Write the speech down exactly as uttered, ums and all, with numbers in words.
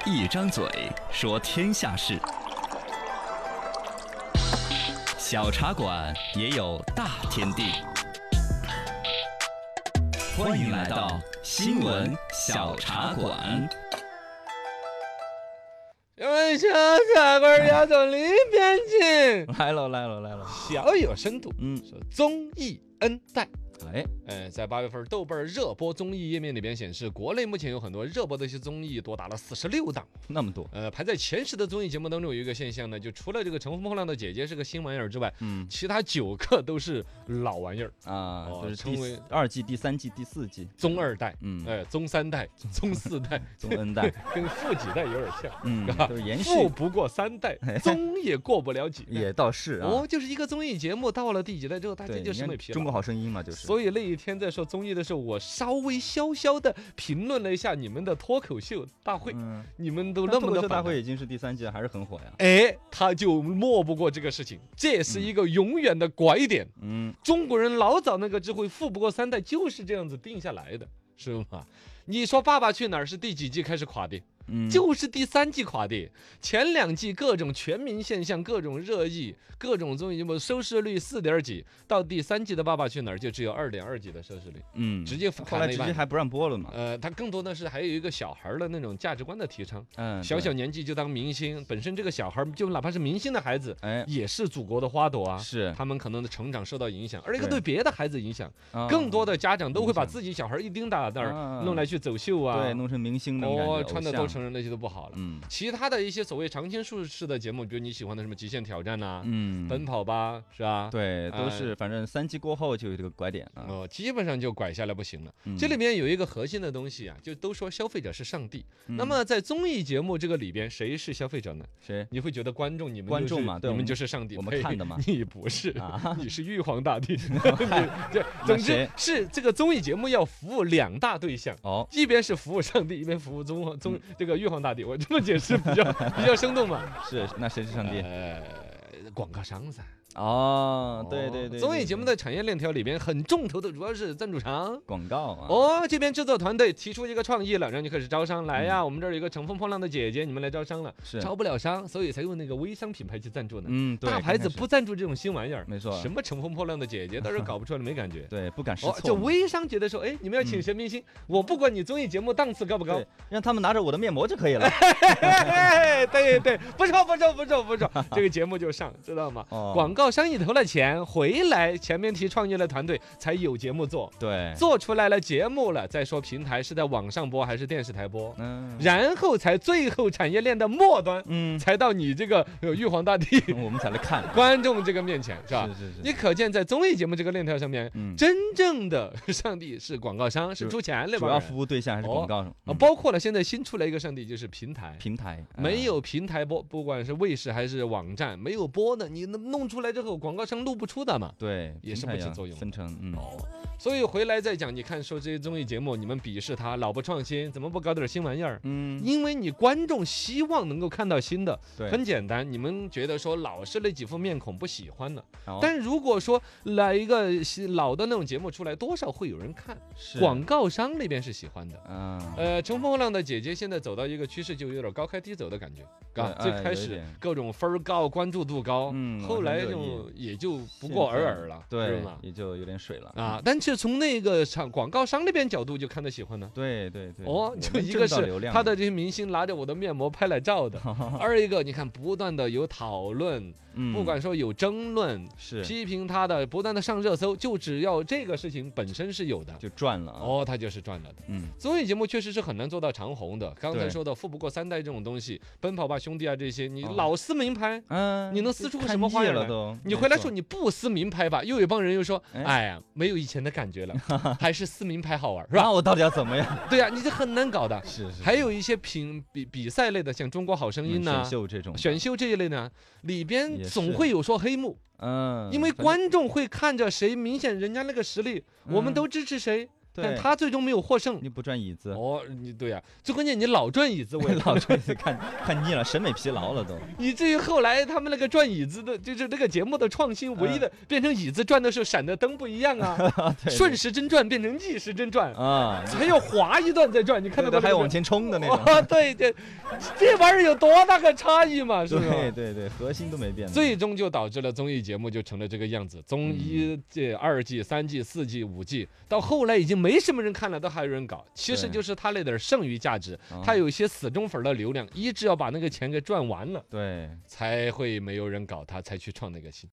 一张嘴说天下事，小茶馆也有大天地。欢迎来到新闻小茶馆。 新闻小茶馆要从里边请， 来了来了来了， 小有深度。 嗯， 说综艺恩代。 哎， 呃，在八月份豆瓣热播综艺页面里边显示，国内目前有很多热播的一些综艺，多达了四十六档， 那么多。 呃，排在前十的综艺节目当中有一个现象呢，就除了这个《乘风破浪的姐姐》是个新玩意儿之外， 嗯， 其他九个都是老玩意儿啊， 哦就是第成为二季、第三季、第四季， 综二代， 嗯， 哎，综三代、综四代、 综 N 代， 跟负几代有点像， 嗯， 是吧都是延续， 富不过三代，综也过不了几代。 也倒是啊。 哦，就是一个综艺节目到了第几代之后，大家对， 就你看审美疲劳。 中国好声音嘛，就是。 所以那一天在说综艺的时候，我稍微悄悄的评论了一下你们的脱口秀大会， 嗯， 你们都那那么的脱口秀大反弹， 会已经是第三季了，还是很火呀。 哎，他就莫不过这个事情，这也是一个永远的拐点。 嗯， 中国人老早那个智慧，富不过三代，就是这样子定下来的，是吗？你说《爸爸去哪儿》是第几季开始垮的？ 嗯， 就是第三季垮的，前两季各种全民现象、各种热议、各种综艺节目收视率四点几，到第三季的《爸爸去哪儿》就只有二点二几的收视率， 嗯， 直接后砍了一半。 来直接还不让播了嘛。 呃，它更多的是还有一个小孩儿的那种价值观的提倡， 嗯， 小小对， 年纪就当明星，本身这个小孩儿就哪怕是明星的孩子， 哎， 也是祖国的花朵啊。 是， 他们可能的成长受到影响，而这个对对别的孩子影响， 啊更多的家长都会把影响自己小孩儿一丁打那儿啊弄来去走秀啊， 对，弄成明星那种感觉， 哦，穿的都偶像成人那些都不好了。 嗯其他的一些所谓常青树式的节目，比如你喜欢的什么极限挑战呐、 嗯， 奔跑吧，是吧？ 对，都哎是反正三季过后就有这个拐点啊。 哦，基本上就拐下来不行了。 嗯这里面有一个核心的东西啊，就都说消费者是上帝。 嗯那么在综艺节目这个里边，谁是消费者呢？ 谁？ 你会觉得观众你们观就是众嘛对我们你们就是上帝， 我们呸看的嘛你不是啊， 你是玉皇大帝。你这总之谁是这个综艺节目要服务两大对象。 哦， 一边是服务上帝，一边服务宗宗这个玉皇大帝，我这么解释比较比较生动嘛？ 是，那谁是上帝？ 呃，广告商噻。 哦，对对对，对综艺节目的产业链条里边很重头的主要是赞助商。 广告啊。 哦，这边制作团队提出一个创意了，然后就开始招商来呀。 嗯我们这儿有一个乘风破浪的姐姐，你们来招商了， 是， 招不了商，所以才用那个微商品牌去赞助呢。 嗯，对， 大牌子刚开始不赞助这种新玩意儿， 没错， 什么乘风破浪的姐姐，到时候搞不出来没感觉。 对，不敢试哦， 错。 就微商觉得说，哎，你们要请嗯谁明星，我不管你综艺节目档次高不高对，，让他们拿着我的面膜就可以了。 对对，不错不错不错不错，这个节目就上，知道吗？ 哦广告商一投了钱回来，前面提创业的团队才有节目做， 对， 做出来了节目了，再说平台是在网上播还是电视台播， 嗯然后才最后产业链的末端， 嗯， 才到你这个呃玉皇大帝我们才来看， 观众这个面前，是吧？ 是是是， 你可见在综艺节目这个链条上面， 嗯， 真正的上帝是广告商，是就出钱那主要帮人。 服务对象还是广告上， 啊， 嗯包括了现在新出来一个上帝，就是平台。 平台没有平台播，不管是卫视还是网站，没有播的，你弄弄出来之后，广告商录不出的嘛。 对， 也是平台要不起作用的分成，嗯， 所以回来再讲，你看说这些综艺节目，你们鄙视它，老不创新，怎么不搞点新玩意儿？ 嗯， 因为你观众希望能够看到新的， 对， 很简单，你们觉得说老是那几副面孔不喜欢了， 好但如果说来一个新老的那种节目出来，多少会有人看， 是广告商那边是喜欢的。 嗯， 呃，乘风破浪的姐姐现在走到一个趋势，就有点高开低走的感觉，嘎。 对哎最开始有一点各种分儿高，关注度高， 嗯后来网上热就也就不过尔尔了， 对是吗，？ 也就有点水了啊，，但是从那个厂广告商那边角度就看得喜欢呢。 对对对， 哦， 我们就一个挣到流量是他的这些明星拿着我的面膜拍来照的，二一个你看不断的有讨论， 嗯不管说有争论， 是批评他的，不断的上热搜，就只要这个事情本身是有的， 就赚了啊， 哦，他就是赚了的。 嗯， 综艺节目确实是很难做到长红的。刚才对说的富不过三代这种东西，奔跑吧兄弟啊这些，你哦老撕名牌， 嗯， 你能撕出个看什么花样来腻了都？ 你回来没错说你不撕名牌吧，又有一帮人又说， 哎哎呀，没有以前的感觉了，还是撕名牌好玩，是吧？ 那我到底要怎么样？ 对呀，你这很难搞的。 是是， 还有一些品比比赛类的，像中国好声音嗯呐、 选秀这种的， 选秀这一类呢，里边也是总会有说黑幕， 嗯， 因为反正观众会看着谁明显人家那个实力，我们嗯都支持谁。 但对他最终没有获胜。 你不转椅子， 哦，你对呀、最关键你老转椅子，我也老转椅子看看腻了，审美疲劳了都。 以至于后来他们那个转椅子的，就是那个节目的创新，唯一的变成椅子转的时候闪的灯不一样啊， 对顺时针转变成逆时针转， 啊， 还要滑一段再转，你看得到对对，还有那个往前冲的那种。 哦，对对，这玩意儿有多大个差异嘛，是不对是？ 对对，核心都没变的。 最终就导致了综艺节目就成了这个样子，综一季、二季、三季、四季、五季，到后来已经没什么人看了，都还有人搞。其实对就是他那点儿剩余价值， 啊他有一些死忠粉儿的流量，一直要把那个钱给赚完了， 对。 才会没有人搞他，才去创那个新。